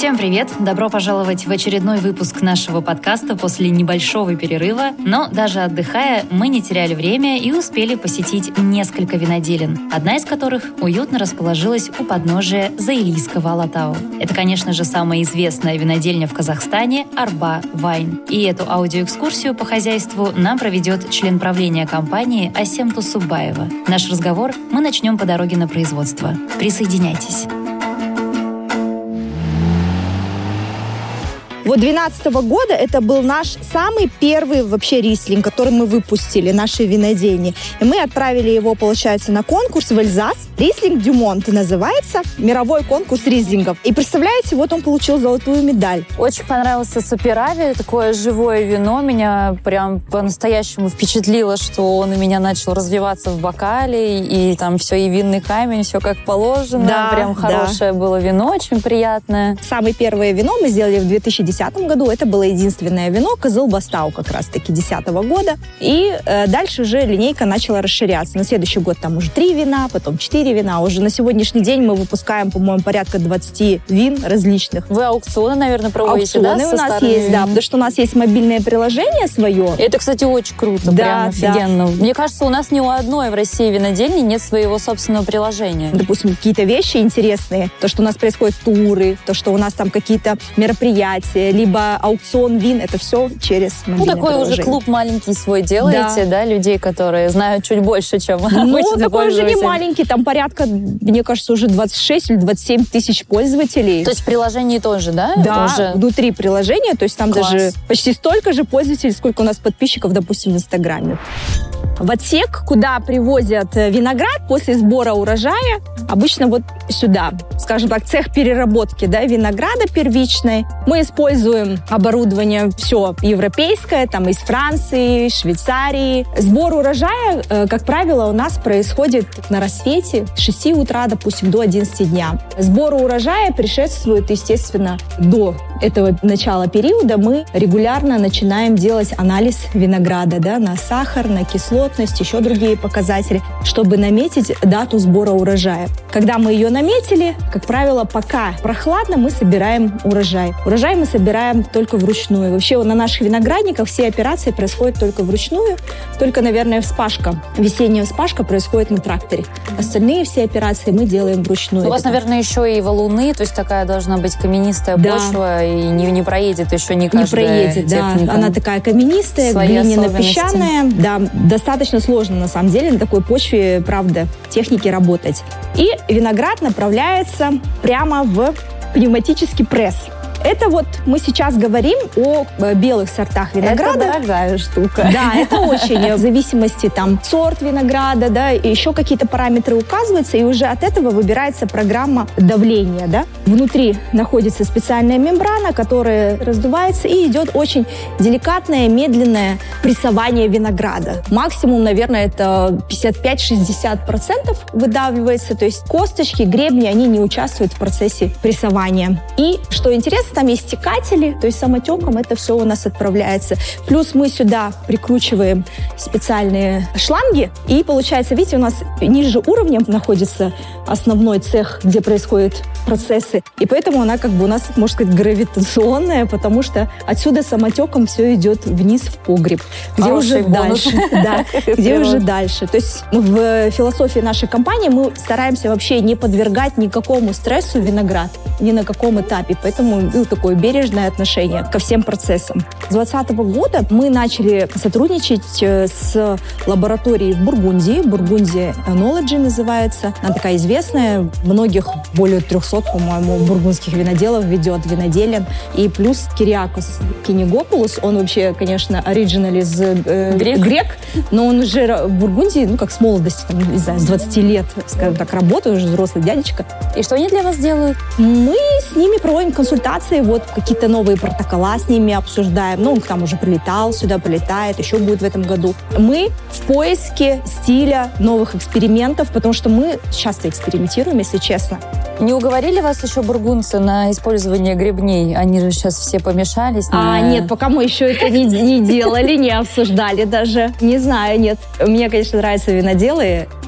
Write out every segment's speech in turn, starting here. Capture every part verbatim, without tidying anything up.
Всем привет! Добро пожаловать в очередной выпуск нашего подкаста после небольшого перерыва. Но даже отдыхая, мы не теряли время и успели посетить несколько виноделин, одна из которых уютно расположилась у подножия Заилийского Алатау. Это, конечно же, самая известная винодельня в Казахстане Арба Вайн. И эту аудиоэкскурсию по хозяйству нам проведет член правления компании Асем Тусубаева. Наш разговор мы начнем по дороге на производство. Присоединяйтесь. Вот две тысячи двенадцатого года это был наш самый первый вообще рислинг, который мы выпустили, нашей винодельни. И мы отправили его, получается, на конкурс в Эльзас. Рислинг Дюмонт называется, мировой конкурс рислингов. И представляете, вот он получил золотую медаль. Очень понравился Саперави, такое живое вино. Меня прям по-настоящему впечатлило, что он у меня начал развиваться в бокале. И там все, и винный камень, все как положено. Да, прям хорошее да. было вино, очень приятное. Самое первое вино мы сделали в две тысячи десятом году. Это было единственное вино, Кызыл-Бастау как раз-таки две тысячи десятого года. И э, дальше уже линейка начала расширяться. На следующий год там уже три вина, потом четыре вина. Уже на сегодняшний день мы выпускаем, по-моему, порядка двадцать вин различных. Вы аукционы, наверное, проводите, аукционы да? у нас есть, вин? Да, потому что у нас есть мобильное приложение свое. Это, кстати, очень круто, да, прям офигенно. Да. Мне кажется, у нас ни у одной в России винодельни нет своего собственного приложения. Допустим, какие-то вещи интересные, то, что у нас происходят туры, то, что у нас там какие-то мероприятия, либо аукцион вин, это все через мобильное Ну, такой приложение. уже клуб маленький свой делаете, да, да людей, которые знают чуть больше, чем ну, обычный такой пользователь. уже не маленький, там порядка, мне кажется, уже двадцать шесть или двадцать семь тысяч пользователей. То есть в приложении тоже, да? Да, уже... внутри приложения, то есть там Класс. Даже почти столько же пользователей, сколько у нас подписчиков, допустим, в Инстаграме. В отсек, куда привозят виноград после сбора урожая, обычно вот сюда, скажем так, цех переработки, да, винограда первичной. Мы используем оборудование все европейское, там из Франции, Швейцарии. Сбор урожая, как правило, у нас происходит на рассвете с шести утра, допустим, до одиннадцати дня. Сбору урожая предшествует, естественно, до этого начала периода мы регулярно начинаем делать анализ винограда, да, на сахар, на кислотность, еще другие показатели, чтобы наметить дату сбора урожая. Когда мы ее наметили, как правило, пока прохладно, мы собираем урожай. Урожай мы собираем только вручную. Вообще на наших виноградниках все операции происходят только вручную, только, наверное, вспашка. Весенняя вспашка происходит на тракторе. Остальные все операции мы делаем вручную. У вас, наверное, еще и валуны, то есть такая должна быть каменистая да. почва, и не, не проедет еще не каждая Не проедет, техника. Да. Она такая каменистая, глиняно-песчаная. Да, достаточно сложно, на самом деле, на такой почве, правда, техники работать. И виноград направляется прямо в пневматический пресс. Это вот мы сейчас говорим о белых сортах винограда. Это дорогая штука. Да, это очень. В зависимости там сорт винограда, да, и еще какие-то параметры указываются, и уже от этого выбирается программа давления, да. Внутри находится специальная мембрана, которая раздувается, и идет очень деликатное, медленное прессование винограда. Максимум, наверное, это пятьдесят пять - шестьдесят процентов выдавливается, то есть косточки, гребни, они не участвуют в процессе прессования. И, что интересно, там есть стекатели, то есть самотеком это все у нас отправляется. Плюс мы сюда прикручиваем специальные шланги, и получается, видите, у нас ниже уровнем находится основной цех, где происходят процессы, и поэтому она как бы у нас, можно сказать, гравитационная, потому что отсюда самотеком все идет вниз в погреб, где Хороший уже бонус. дальше. Да, где уже дальше. То есть в философии нашей компании мы стараемся вообще не подвергать никакому стрессу виноград, ни на каком этапе, поэтому ну, такое бережное отношение ко всем процессам. С двадцатого года мы начали сотрудничать с лабораторией в Бургундии. Бургундия Энологи называется. Она такая известная. Многих, более трехсот, по-моему, бургундских виноделов ведет виноделен. И плюс Кириакос Кинегопулос. Он вообще, конечно, оригинал из э, грек. грек, но он уже в Бургундии, ну, как с молодости, там, не знаю, с двадцати лет, скажем так, работает, уже взрослый дядечка. И что они для вас делают? Мы с ними проводим консультации, вот какие-то новые протокола с ними обсуждаем. Ну, он там уже прилетал, сюда прилетает, еще будет в этом году. Мы в поиске стиля новых экспериментов, потому что мы часто экспериментируем, если честно. Не уговорили вас еще бургундцы на использование гребней? Они же сейчас все помешались. А, на... нет, пока мы еще это не, не делали, не обсуждали даже. Не знаю, нет. Мне, конечно, нравятся виноделы.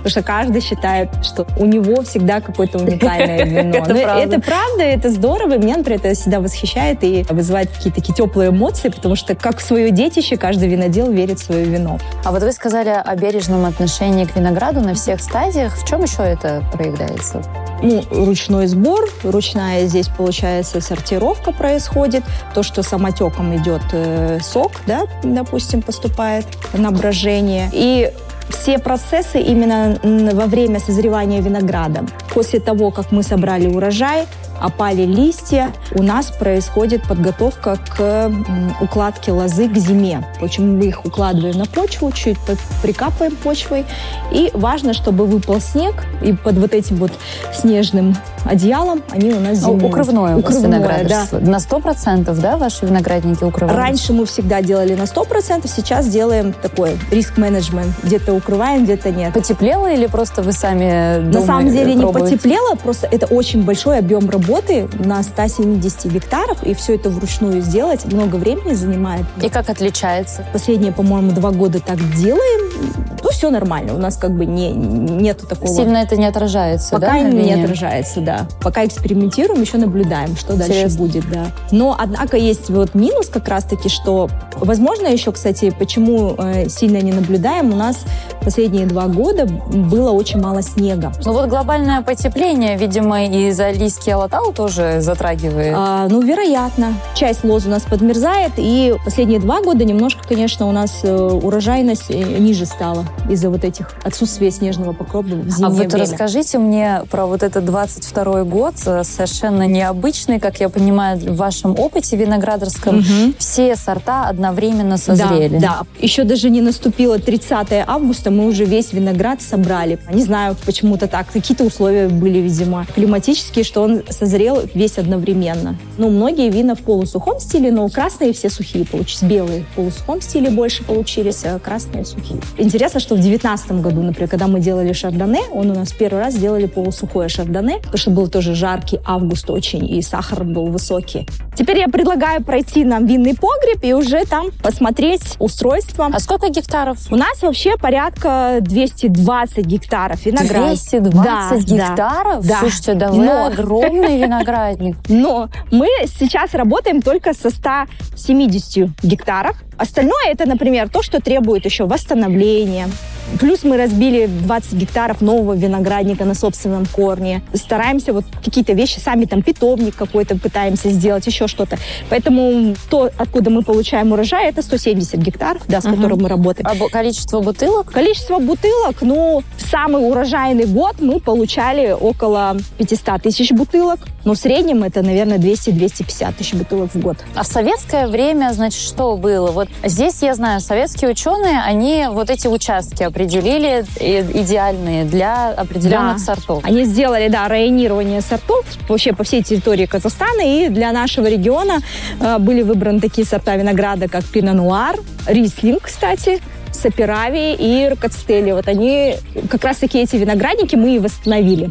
Потому что каждый считает, что у него всегда какое-то уникальное вино. Это правда. Это правда, это здорово. Меня, например, это всегда восхищает и вызывает какие-то такие теплые эмоции, потому что как в свое детище каждый винодел верит в свое вино. А вот вы сказали о бережном отношении к винограду на всех стадиях. В чем еще это проявляется? Ну, ручной сбор, ручная здесь, получается, сортировка происходит. То, что самотеком идет э, сок, да, допустим, поступает на брожение. И все процессы именно во время созревания винограда. После того, как мы собрали урожай, опали листья, у нас происходит подготовка к укладке лозы к зиме. Почему мы их укладываем на почву, чуть прикапываем почвой. И важно, чтобы выпал снег, и под вот этим вот снежным одеялом они у нас зимуют. Укрывное у вас виноградарство. Да. На сто процентов, да, ваши виноградники укрывают? Раньше мы всегда делали на сто процентов, сейчас делаем такой риск-менеджмент. Где-то укрываем, где-то нет. Потеплело или просто вы сами дома На самом деле пробуете? Не потеплело, просто это очень большой объем работы на ста семидесяти гектарах, и все это вручную сделать много времени занимает. И как отличается? Последние, по-моему, два года так делаем. Ну, все нормально. У нас как бы не, нету такого... Сильно это не отражается, Пока да? Пока не отражается, да. Пока экспериментируем, еще наблюдаем, что дальше Интересно. будет, да. Но, однако, есть вот минус как раз-таки, что, возможно, еще, кстати, почему э, сильно не наблюдаем, у нас последние два года было очень мало снега. Ну вот глобальное потепление, видимо, и Залийский Алатау тоже затрагивает. А, ну, вероятно. Часть лоз у нас подмерзает, и последние два года немножко, конечно, у нас э, урожайность ниже стала из-за вот этих отсутствия снежного покрова в зимнее А вот время. расскажите мне про вот этот двадцать второй год, совершенно необычный, как я понимаю, в вашем опыте виноградарском. Угу. Все сорта одновременно созрели. Да, да. Еще даже не наступило тридцатое августа, мы уже весь виноград собрали. Не знаю, почему-то так. Какие-то условия были, видимо, климатические, что он созрел весь одновременно. Ну, многие вина в полусухом стиле, но красные все сухие получились. Белые в полусухом стиле больше получились, а красные сухие. Интересно, что в девятнадцатом году, например, когда мы делали шардоне, он у нас первый раз сделали полусухое шардоне, потому что был тоже жаркий август очень, и сахар был высокий. Теперь я предлагаю пройти нам винный погреб и уже там посмотреть устройство. А сколько гектаров? У нас вообще порядка двести двадцать гектаров винограда. двести двадцать да, гектаров? Да. Слушайте, да вы Но... огромный виноградник. Но мы сейчас работаем только со ста семидесятью гектаров. Остальное это, например, то, что требует еще восстановления. Плюс мы разбили двадцать гектаров нового виноградника на собственном корне. Стараемся вот какие-то вещи сами, там питомник какой-то пытаемся сделать, еще что-то. Поэтому то, откуда мы получаем урожай, это сто семьдесят гектаров, да, с Угу. которым мы работаем. А количество бутылок? Количество бутылок, ну, в самый урожайный год мы получали около пятьсот тысяч бутылок. Но в среднем это, наверное, двести - двести пятьдесят тысяч бутылок в год. А в советское время, значит, что было? Вот здесь, я знаю, советские ученые, они вот эти участки определили идеальные для определенных Да. сортов. Они сделали, да, районирование сортов вообще по всей территории Казахстана, и для нашего региона э, были выбраны такие сорта винограда, как Пино-Нуар, Рислинг, кстати, Саперави и Рокотстелли. Вот они, как раз-таки эти виноградники мы и восстановили.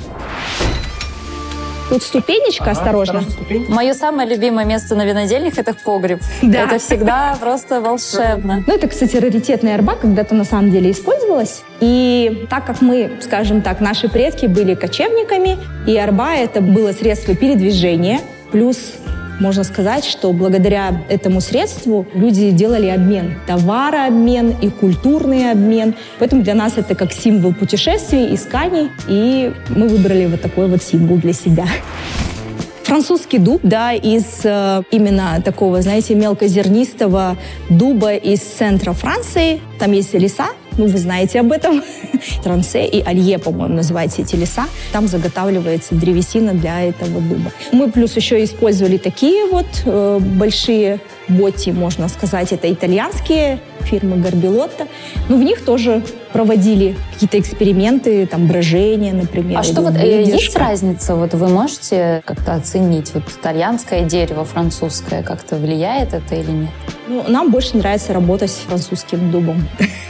Тут ступенечка, осторожно. Мое самое любимое место на винодельнях — это погреб. Да. Это всегда просто волшебно. Ну, это, кстати, раритетная арба, когда-то на самом деле использовалась. И так как мы, скажем так, наши предки были кочевниками, и арба это было средство передвижения, плюс можно сказать, что благодаря этому средству люди делали обмен. Товарообмен и культурный обмен. Поэтому для нас это как символ путешествий, исканий. И мы выбрали вот такой вот символ для себя. Французский дуб, да, из э, именно такого, знаете, мелкозернистого дуба из центра Франции. Там есть леса, ну, вы знаете об этом. Трансе и Алье, по-моему, называются эти леса. Там заготавливается древесина для этого дуба. Мы плюс еще использовали такие вот э, большие ботти, можно сказать. Это итальянские фирмы Гарбилотто. Но в них тоже проводили какие-то эксперименты, там, брожения, например. А что вот, э, есть разница? Вот вы можете как-то оценить, вот итальянское дерево, французское, как-то влияет это или нет? Ну, нам больше нравится работать с французским дубом.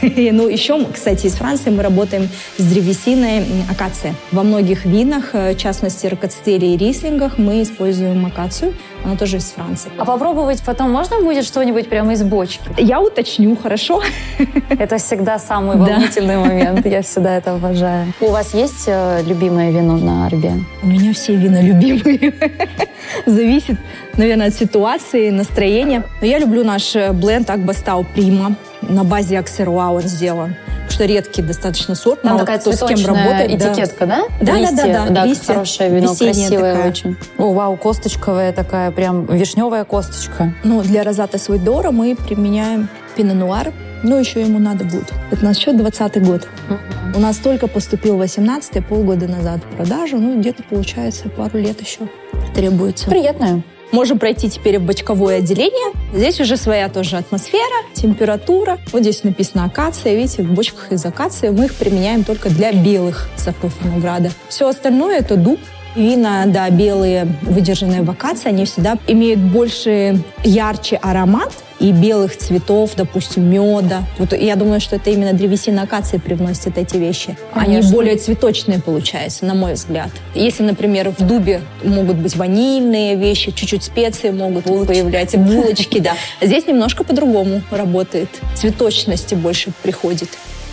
Ну, еще, кстати, из Франции мы работаем с древесиной акация. Во многих винах, в частности, рокодстеле и рислингах, мы используем акацию. Она тоже из Франции. А попробовать потом можно будет что-нибудь прямо из бочки? Я уточню, хорошо? Это всегда самый волнительный момент. Я всегда это обожаю. У вас есть любимое вино на Арбе? У меня все вина любимые. Зависит, наверное, от ситуации, настроения. Но я люблю наш бленд Акбастау Прима. На базе Аксеруа он сделан. Потому что редкий достаточно сорт. Там такая цветочная этикетка, да? Да, да, да, да. Да, хорошее вино, красивое очень. О, вау, косточковая такая, прям вишневая косточка. Ну, для розата Свойдора мы применяем пино-нуар. Ну, еще ему надо будет. Это у нас счет двадцатый год. Uh-huh. У нас только поступил восемнадцатый, полгода назад в продажу. Ну, где-то, получается, пару лет еще требуется. Приятное. Можем пройти теперь в бочковое отделение. Здесь уже своя тоже атмосфера, температура. Вот здесь написано акация. Видите, в бочках из акации мы их применяем только для белых сортов винограда. Все остальное — это дуб. Вина, да, белые, выдержанные в акации, они всегда имеют больше, ярче аромат и белых цветов, допустим, меда. Вот я думаю, что это именно древесина акации привносит эти вещи. Конечно. Они более цветочные получаются, на мой взгляд. Если, например, в дубе могут быть ванильные вещи, чуть-чуть специи могут булочки. Появляться, булочки, да. Здесь немножко по-другому работает. Цветочности больше приходит.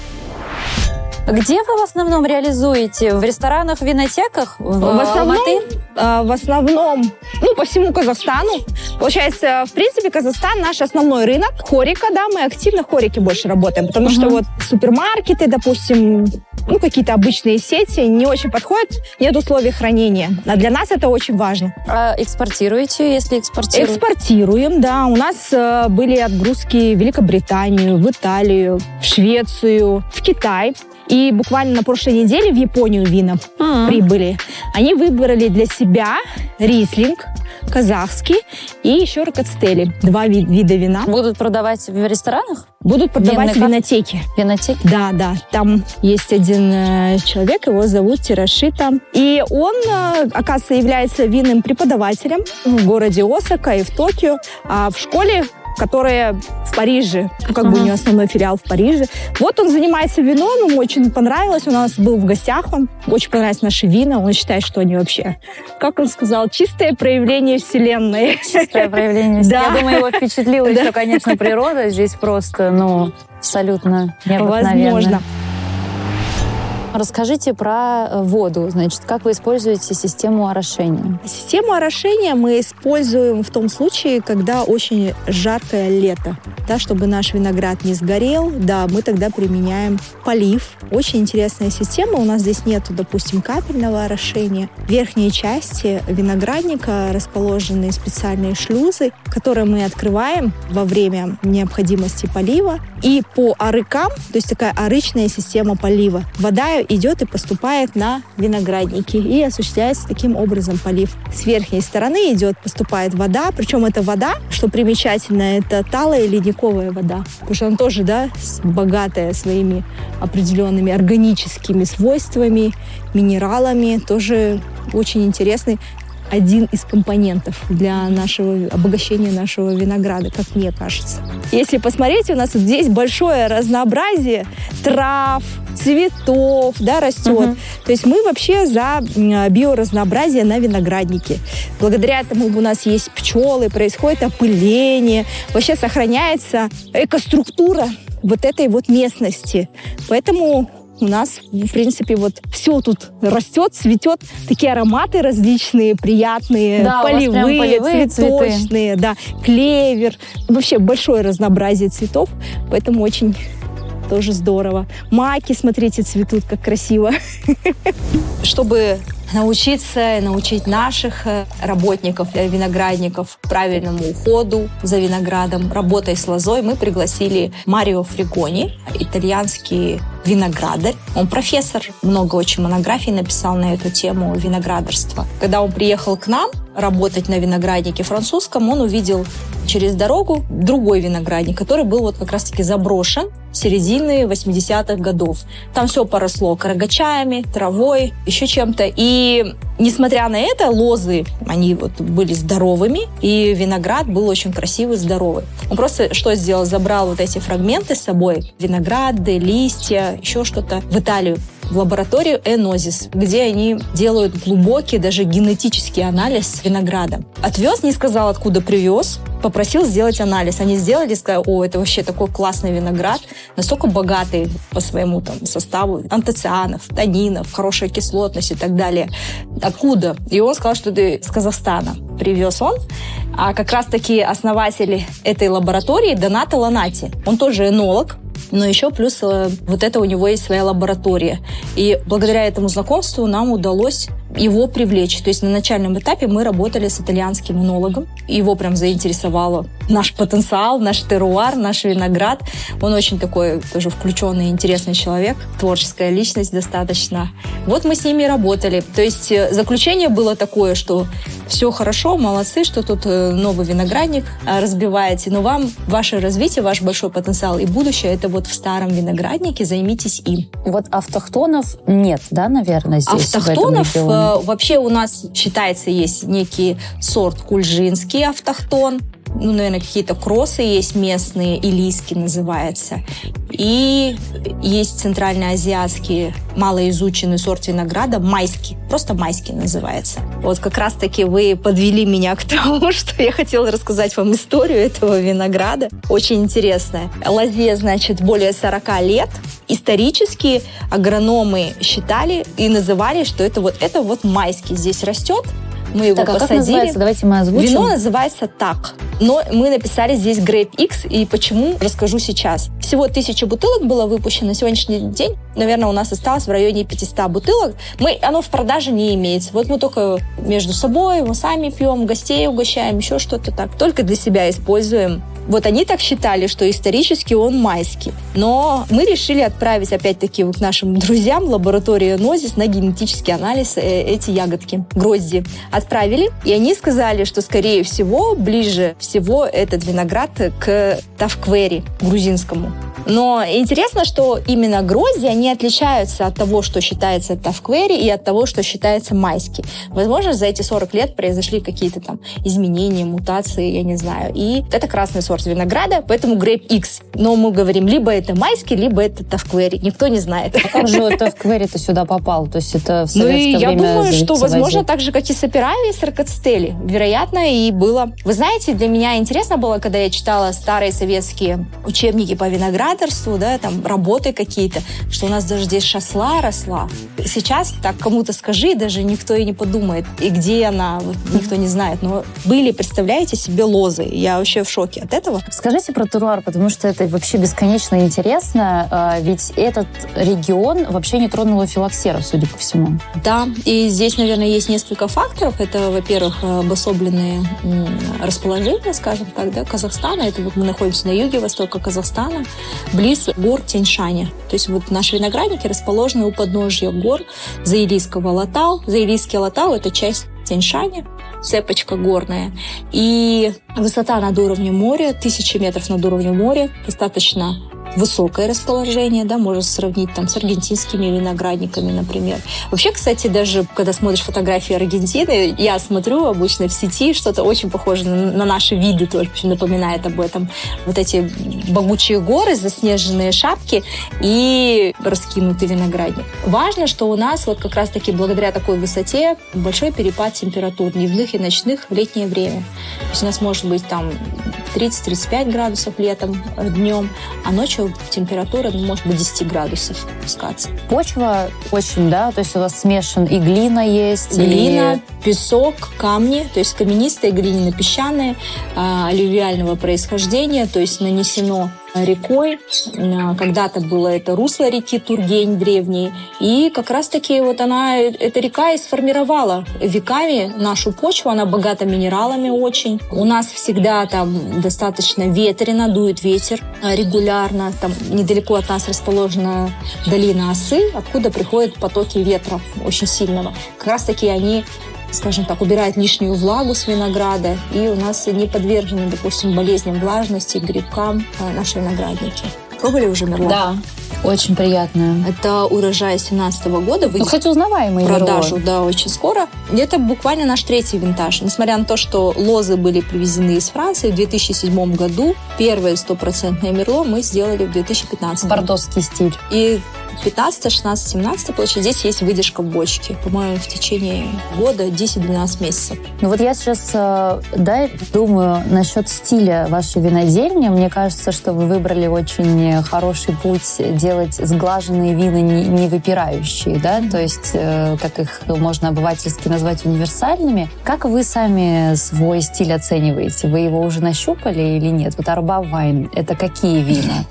Где вы в основном реализуете? В ресторанах, в винотеках? В, в основном, э, в основном, ну, по всему Казахстану. Получается, в принципе, Казахстан наш основной рынок. Хорика, да, мы активно в Хорике больше работаем, потому uh-huh. что вот супермаркеты, допустим, ну, какие-то обычные сети не очень подходят, нет условий хранения. А для нас это очень важно. А экспортируете, если экспортируете? Экспортируем, да. У нас э, были отгрузки в Великобританию, в Италию, в Швецию, в Китай. И буквально на прошлой неделе в Японию вина uh-huh. прибыли. Они выбрали для себя рислинг казахский и еще рокодстели. Два ви- вида вина. Будут продавать в ресторанах? Будут продавать в винотеке. Винотеки? Да, да. Там есть один э, человек, его зовут Тирашита. И он, э, оказывается, является винным преподавателем в городе Осака и в Токио. А в школе, которая в Париже, ну, как uh-huh. бы у него основной филиал в Париже. Вот он занимается вином, ему очень понравилось. У нас был в гостях он. Очень понравились наши вина. Он считает, что они вообще, как он сказал, чистое проявление вселенной. Чистое проявление вселенной. Да. Я думаю, его впечатлила да. еще, конечно, природа. Здесь просто, ну, абсолютно необыкновенно. Возможно. Расскажите про воду. Значит, как вы используете систему орошения? Систему орошения мы используем в том случае, когда очень жаркое лето. Да, чтобы наш виноград не сгорел, да, мы тогда применяем полив. Очень интересная система. У нас здесь нет, допустим, капельного орошения. В верхней части виноградника расположены специальные шлюзы, которые мы открываем во время необходимости полива. И по арыкам, то есть такая арычная система полива, вода идет и поступает на виноградники. И осуществляется таким образом полив. С верхней стороны идет, поступает вода. Причем эта вода, что примечательно, это талая ледниковая вода. Потому что она тоже, да, богатая своими определенными органическими свойствами, минералами. Тоже очень интересный. Один из компонентов для нашего обогащения нашего винограда, как мне кажется. Если посмотреть, у нас вот здесь большое разнообразие трав, цветов, да, растет. Uh-huh. То есть мы вообще за биоразнообразие на винограднике. Благодаря этому у нас есть пчелы, происходит опыление, вообще сохраняется экоструктура вот этой вот местности. Поэтому у нас, в принципе, вот все тут растет, цветет. Такие ароматы различные, приятные, да, полевые, полевые цветочные, да, клевер. Вообще большое разнообразие цветов, поэтому очень тоже здорово. Маки, смотрите, цветут, как красиво. Чтобы научиться, научить наших работников, виноградников правильному уходу за виноградом, работой с лозой, мы пригласили Марио Фригони, итальянский виноградарь, он профессор, много очень монографий написал на эту тему виноградарства. Когда он приехал к нам работать на винограднике французском, он увидел через дорогу другой виноградник, который был вот как раз-таки заброшен с середины восьмидесятых годов. Там все поросло карагачами, травой, еще чем-то. И несмотря на это, лозы, они вот были здоровыми, и виноград был очень красивый, здоровый. Он просто что сделал? Забрал вот эти фрагменты с собой, винограды, листья, еще что-то, в Италию, в лабораторию Энозис, где они делают глубокий, даже генетический анализ винограда. Отвез, не сказал, откуда привез, попросил сделать анализ. Они сделали, сказали: о, это вообще такой классный виноград, настолько богатый по своему там составу антоцианов, танинов, хорошая кислотность и так далее. Откуда? И он сказал, что это из Казахстана. Привез он. А как раз-таки основатель этой лаборатории Донато Ланати. Он тоже энолог, но еще плюс вот это у него есть своя лаборатория. И благодаря этому знакомству нам удалось его привлечь. То есть на начальном этапе мы работали с итальянским энологом. Его прям заинтересовало наш потенциал, наш теруар, наш виноград. Он очень такой тоже включенный, интересный человек, творческая личность достаточно. Вот мы с ними работали. То есть заключение было такое, что все хорошо, молодцы, что тут новый виноградник разбиваете, но вам ваше развитие, ваш большой потенциал и будущее — это вот в старом винограднике, займитесь им. Вот автохтонов нет, да, наверное, здесь? Автохтонов вообще у нас считается, есть некий сорт кульжинский автохтон, ну, наверное, какие-то кроссы есть местные, илийский называется. И есть центральноазиатский малоизученный сорт винограда, майский, просто майский называется. Вот как раз-таки вы подвели меня к тому, что я хотела рассказать вам историю этого винограда. Очень интересная. Лозе, значит, более сорока лет. Исторически агрономы считали и называли, что это вот, это вот майский здесь растет. Мы его так, а посадили. Как называется? Давайте мы озвучим. Вино называется так. Но мы написали здесь Grape X, и почему, расскажу сейчас. Всего тысяча бутылок было выпущено. На сегодняшний день, наверное, у нас осталось в районе пятьсот бутылок. Мы, оно в продаже не имеется. Вот мы только между собой, мы сами пьем, гостей угощаем, еще что-то так. Только для себя используем. Вот они так считали, что исторически он майский. Но мы решили отправить, опять-таки, к нашим друзьям в лабораторию Энозис на генетический анализ эти ягодки, грозди. Отправили, и они сказали, что, скорее всего, ближе всего этот виноград к тавквери, грузинскому. Но интересно, что именно грозди, они отличаются от того, что считается тавквери, и от того, что считается майский. Возможно, за эти сорок лет произошли какие-то там изменения, мутации, я не знаю. И это красный сорт винограда, поэтому Grape X. Но мы говорим, либо это майский, либо это тавквери. Никто не знает. А как же тавквери-то сюда попал? То есть это в советское время? Ну, я время думаю, что, завозили. Возможно, так же, как и Саперави и Саркацтели. Вероятно, и было. Вы знаете, для меня интересно было, когда я читала старые советские учебники по виноградарству, да, там работы какие-то, что у нас даже здесь шасла росла. Сейчас так кому-то скажи, даже никто и не подумает. И где она, вот, никто не знает. Но были, представляете себе, лозы. Я вообще в шоке от этого. Скажите про теруар, потому что это вообще бесконечно интересно. Ведь этот регион вообще не тронула филоксера, судя по всему. Да, и здесь, наверное, есть несколько факторов. Это, во-первых, обособленные расположения, скажем так, да, Казахстана. Это вот мы находимся на юге востока Казахстана, близ гор Тянь-Шаня. То есть вот наши виноградники расположены у подножья гор Заилийского Алатау. Заилийский Алатау — это часть Тянь-Шаня, цепочка горная. И высота над уровнем моря, тысячи метров над уровнем моря, достаточно высокое расположение, да, можно сравнить там с аргентинскими виноградниками, например. Вообще, кстати, даже когда смотришь фотографии Аргентины, я смотрю обычно в сети, что-то очень похоже на, на наши виды, только напоминает об этом. Вот эти богучие горы, заснеженные шапки и раскинутый виноградник. Важно, что у нас вот как раз-таки благодаря такой высоте большой перепад температур дневных и ночных в летнее время. То есть у нас может быть там тридцать-тридцать пять градусов летом днем, а ночью температура, ну, может быть, десять градусов спускаться. Почва очень, да, то есть у вас смешан и глина есть, глина, и... песок, камни, то есть каменистые, глиняно-песчаные, э, аллювиального происхождения, то есть нанесено рекой. Когда-то было это русло реки Тургень древней. И как раз-таки вот она, эта река и сформировала веками нашу почву. Она богата минералами очень. У нас всегда там достаточно ветрено, дует ветер регулярно. Там недалеко от нас расположена долина Осы, откуда приходят потоки ветра очень сильного. Как раз-таки они, скажем так, убирают лишнюю влагу с винограда, и у нас не подвержены, допустим, болезням влажности, грибкам наши виноградники. Пробовали уже мерло? Да, очень приятно. Это урожай семнадцатого года. Ну, кстати, узнаваемый продажу, мерло. Да, очень скоро. Это буквально наш третий винтаж. Несмотря на то, что лозы были привезены из Франции в две тысячи седьмом году, первое стопроцентное мерло мы сделали в две тысячи пятнадцатом. Бордоский стиль. И пятнадцатый, шестнадцатый, семнадцатый, получается, здесь есть выдержка в бочке. По-моему, в течение года десять-двенадцать месяцев. Ну вот я сейчас, да, думаю насчет стиля вашей винодельни. Мне кажется, что вы выбрали очень хороший путь делать сглаженные вина, не, не выпирающие, да, то есть, как их можно обывательски назвать, универсальными. Как вы сами свой стиль оцениваете? Вы его уже нащупали или нет? Вот Арба Вайн — это какие вина?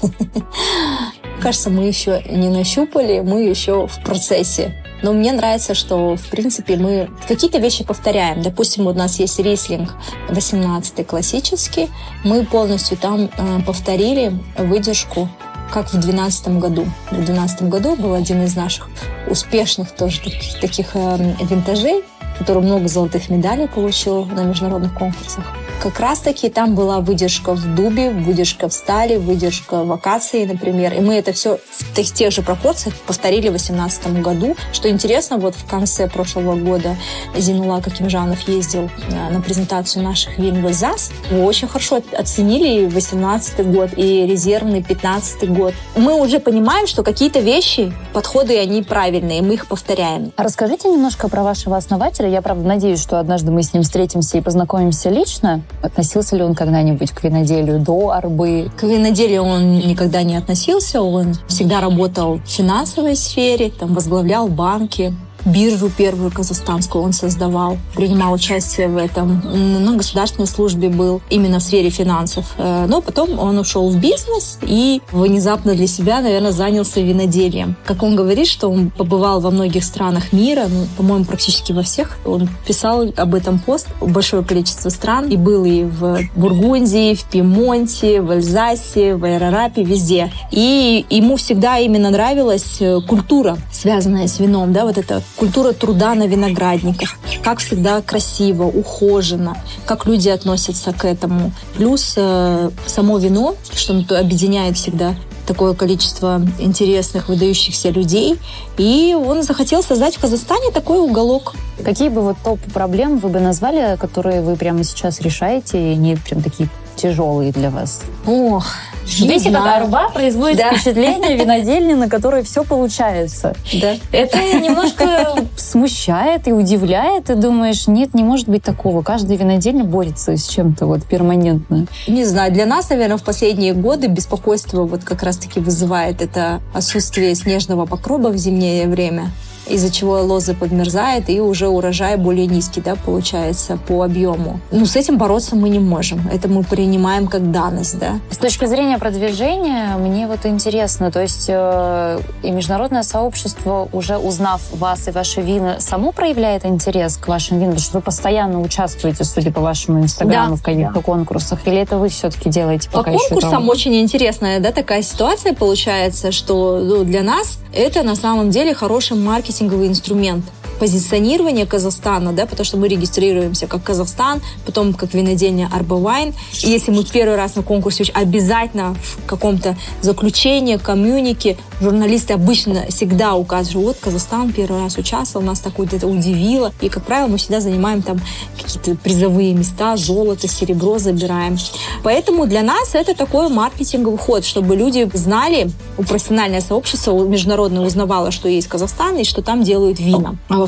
Кажется, мы еще не нащупали, мы еще в процессе. Но мне нравится, что, в принципе, мы какие-то вещи повторяем. Допустим, у нас есть рислинг восемнадцатый классический. Мы полностью там э, повторили выдержку, как в две тысячи двенадцатом году. В две тысячи двенадцатом году был один из наших успешных тоже таких, таких э, винтажей, который много золотых медалей получил на международных конкурсах. Как раз-таки там была выдержка в дубе, выдержка в стали, выдержка в акации, например. И мы это все в тех, тех же пропорциях повторили в две тысячи восемнадцатом году. Что интересно, вот в конце прошлого года Зейнулла Акимжанов ездил на презентацию наших вин в Эльзас. Его очень хорошо оценили восемнадцатый год и резервный пятнадцатый год. Мы уже понимаем, что какие-то вещи, подходы, они правильные, мы их повторяем. А расскажите немножко про вашего основателя. Я, правда, надеюсь, что однажды мы с ним встретимся и познакомимся лично. Относился ли он когда-нибудь к виноделию до Арбы? К виноделию он никогда не относился. Он всегда работал в финансовой сфере, там, возглавлял банки. Биржу первую казахстанскую он создавал, принимал участие в этом. На государственной службе был именно в сфере финансов. Но потом он ушел в бизнес и внезапно для себя, наверное, занялся виноделием. Как он говорит, что он побывал во многих странах мира, ну, по-моему, практически во всех. Он писал об этом пост в большое количество стран. И был и в Бургундии, в Пьемонте, в Эльзасе, в Айрарапе, везде. И ему всегда именно нравилась культура, связанная с вином, да, вот это культура труда на виноградниках. Как всегда красиво, ухоженно, как люди относятся к этому. Плюс э, само вино, что объединяет всегда такое количество интересных, выдающихся людей. И он захотел создать в Казахстане такой уголок. Какие бы вот топ-проблем вы бы назвали, которые вы прямо сейчас решаете, и они прям такие тяжелые для вас? Ох, видите, как Арба производит да. впечатление винодельни, на которой все получается. Да. Это немножко смущает и удивляет. И думаешь, нет, не может быть такого. Каждая винодельня борется с чем-то вот перманентно. Не знаю, для нас, наверное, в последние годы беспокойство вот как раз-таки вызывает это отсутствие снежного покрова в зимнее время, из-за чего лозы подмерзают, и уже урожай более низкий, да, получается, по объему. Ну, с этим бороться мы не можем. Это мы принимаем как данность, да. С точки зрения продвижения, мне вот интересно, то есть э, и международное сообщество, уже узнав вас и ваши вина, само проявляет интерес к вашим винам, потому что вы постоянно участвуете, судя по вашему инстаграму, да, в каких-то да. конкурсах, или это вы все-таки делаете пока по еще? По конкурсам очень интересная, да, такая ситуация получается, что ну, для нас это на самом деле хороший маркетинговый инструмент позиционирования Казахстана, да, потому что мы регистрируемся как Казахстан, потом как винодельня Арба Вайн. И если мы первый раз на конкурсе, обязательно в каком-то заключении, коммюнике, журналисты обычно всегда указывают, вот Казахстан первый раз участвовал, нас так вот это удивило. И, как правило, мы всегда занимаем там какие-то призовые места, золото, серебро забираем. Поэтому для нас это такой маркетинговый ход, чтобы люди знали, у профессиональное сообщество международное узнавало, что есть Казахстан и что там делают вина. А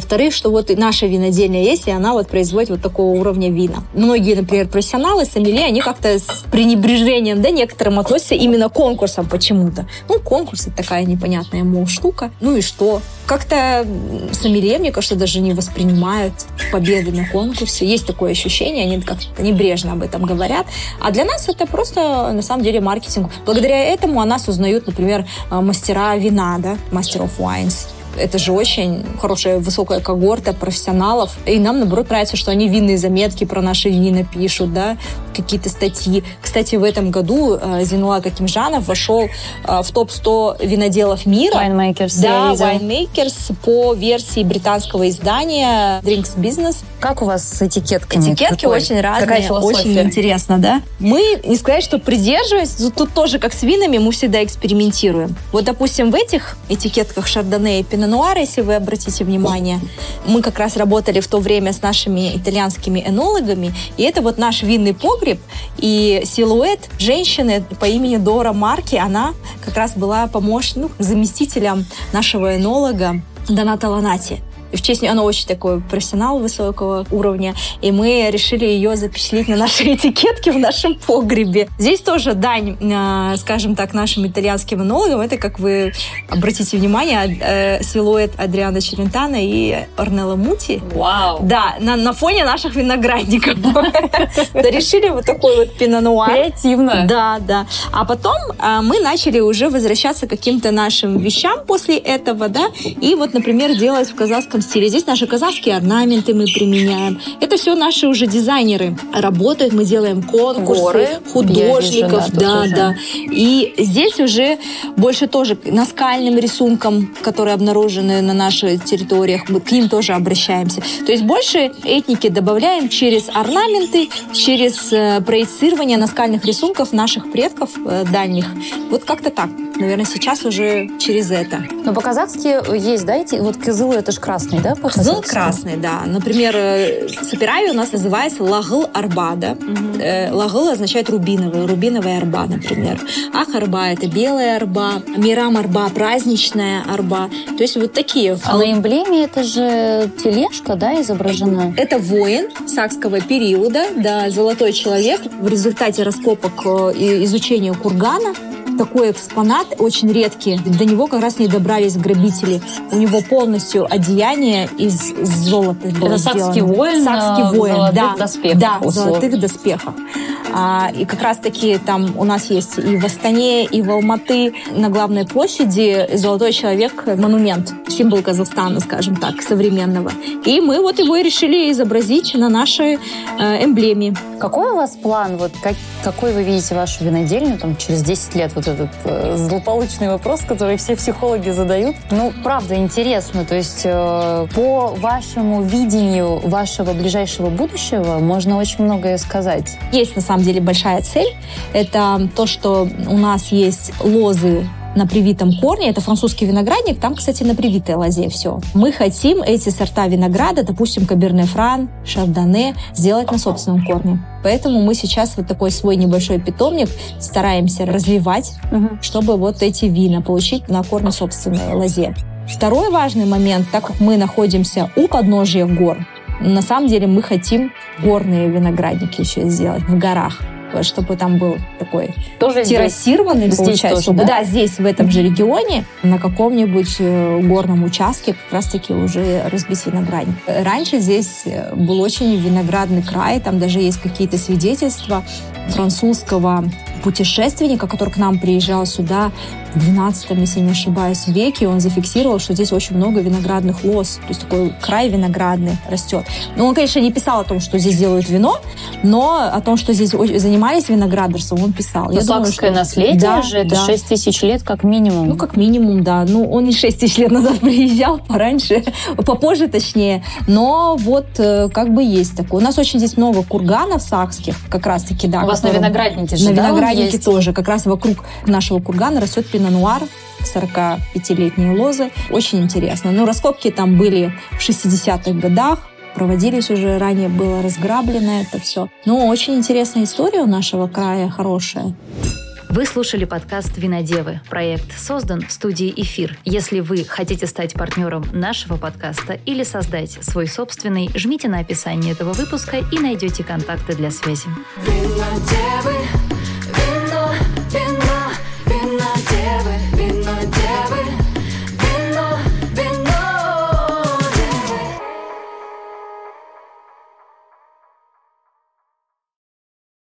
Во-вторых, что вот и наша винодельня есть, и она вот производит вот такого уровня вина. Многие, например, профессионалы, сомелье, они как-то с пренебрежением, да, некоторым относятся именно к конкурсам почему-то. Ну, конкурс — это такая непонятная, мол, штука. Ну и что? Как-то сомелье, мне кажется, даже не воспринимают победы на конкурсе. Есть такое ощущение, они как-то небрежно об этом говорят. А для нас это просто, на самом деле, маркетинг. Благодаря этому о нас узнают, например, мастера вина, да, Master of Wines. Это же очень хорошая, высокая когорта профессионалов. И нам, наоборот, нравится, что они винные заметки про наши вина пишут, да, какие-то статьи. Кстати, в этом году Зейнулла Какимжанов вошел в топ сто виноделов мира. Winemakers. Да, Winemakers по версии британского издания Drinks Business. Как у вас с этикетками? Этикетки Какой? очень разные, очень интересно, да? Мы, не сказать, что придерживаемся, тут тоже, как с винами, мы всегда экспериментируем. Вот, допустим, в этих этикетках Шардоне и Пино Нуар, если вы обратите внимание, мы как раз работали в то время с нашими итальянскими энологами, и это вот наш винный погреб, и силуэт женщины по имени Дора Марки, она как раз была помощником, ну, заместителем нашего энолога Доната Ланати. В честь нее, она очень такой профессионал высокого уровня, и мы решили ее запечатлеть на нашей этикетке в нашем погребе. Здесь тоже дань, э, скажем так, нашим итальянским энологам. Это, как вы обратите внимание, э, силуэт Адриано Челентано и Орнелло Мути. Вау! Да, на, на фоне наших виноградников. Решили вот такой вот пино-нуар. Креативно. Да, да. А потом мы начали уже возвращаться к каким-то нашим вещам после этого, да, и вот, например, делать в казахском стиле. Здесь наши казахские орнаменты мы применяем. Это все наши уже дизайнеры работают. Мы делаем конкурсы Горы, художников. вижу, да, да, да. И здесь уже больше тоже наскальным рисункам, которые обнаружены на наших территориях, мы к ним тоже обращаемся. То есть больше этники добавляем через орнаменты, через э, проецирование наскальных рисунков наших предков э, дальних. Вот как-то так. Наверное, сейчас уже через это. Но по-казахски есть, да, эти, вот кызыл — это же красный, да? Кызыл красный, да. Например, саперави у нас называется лагыл арба, да. Угу. Лагыл означает рубиновый, рубиновая арба, например. Ах арба — это белая арба, мирам арба — праздничная арба. То есть вот такие. А на эмблеме это же тележка, да, изображена? Это воин сакского периода, да, золотой человек. В результате раскопок и изучения кургана такой экспонат, очень редкий. До него как раз не добрались грабители. У него полностью одеяние из золота было Это сделано. сакский воин, сакский воин, в золотых да, доспехах. Да, в условно. золотых доспехах. А, и как раз-таки там у нас есть и в Астане, и в Алматы на главной площади золотой человек, монумент, символ Казахстана, скажем так, современного. И мы вот его и решили изобразить на нашей э, эмблеме. Какой у вас план? Вот как, какой вы видите вашу винодельню там, через десять лет? Вот этот э, злополучный вопрос, который все психологи задают. Ну, правда, интересно. То есть э, по вашему видению вашего ближайшего будущего можно очень многое сказать. Есть, на самом деле, большая цель. Это то, что у нас есть лозы на привитом корне. Это французский виноградник. Там, кстати, на привитой лозе все. Мы хотим эти сорта винограда, допустим, Каберне Фран, Шардоне, сделать на собственном корне. Поэтому мы сейчас вот такой свой небольшой питомник стараемся развивать, угу. чтобы вот эти вина получить на корне собственной лозе. Второй важный момент, так как мы находимся у подножия гор, на самом деле мы хотим горные виноградники еще сделать в горах, чтобы там был такой тоже террасированный, здесь, получается, здесь тоже, чтобы, да? да, здесь, в этом же регионе, на каком-нибудь горном участке как раз-таки уже разбить виноградник. Раньше здесь был очень виноградный край, там даже есть какие-то свидетельства французского путешественника, который к нам приезжал сюда в двенадцатом, если не ошибаюсь, веке, он зафиксировал, что здесь очень много виноградных лоз, то есть такой край виноградный растет. Но он, конечно, не писал о том, что здесь делают вино, но о том, что здесь занимались виноградарством, он писал. Но сакское что... наследие да, же, это да. шесть тысяч лет как минимум. Ну, как минимум, да. Ну, он не шесть тысяч лет назад приезжал, пораньше, попозже точнее, но вот как бы есть такое. У нас очень здесь много курганов сакских, как раз-таки, да. У вас на винограднике же, На да, винограднике тоже. Как раз вокруг нашего кургана растет пино-нуар, сорокапятилетние лозы. Очень интересно. Ну, раскопки там были в шестидесятых годах, проводились уже ранее, было разграблено это все. Но очень интересная история у нашего края, хорошая. Вы слушали подкаст «Винодевы». Проект создан в студии «Эфир». Если вы хотите стать партнером нашего подкаста или создать свой собственный, жмите на описание этого выпуска и найдете контакты для связи. Винодевы, вино, вино.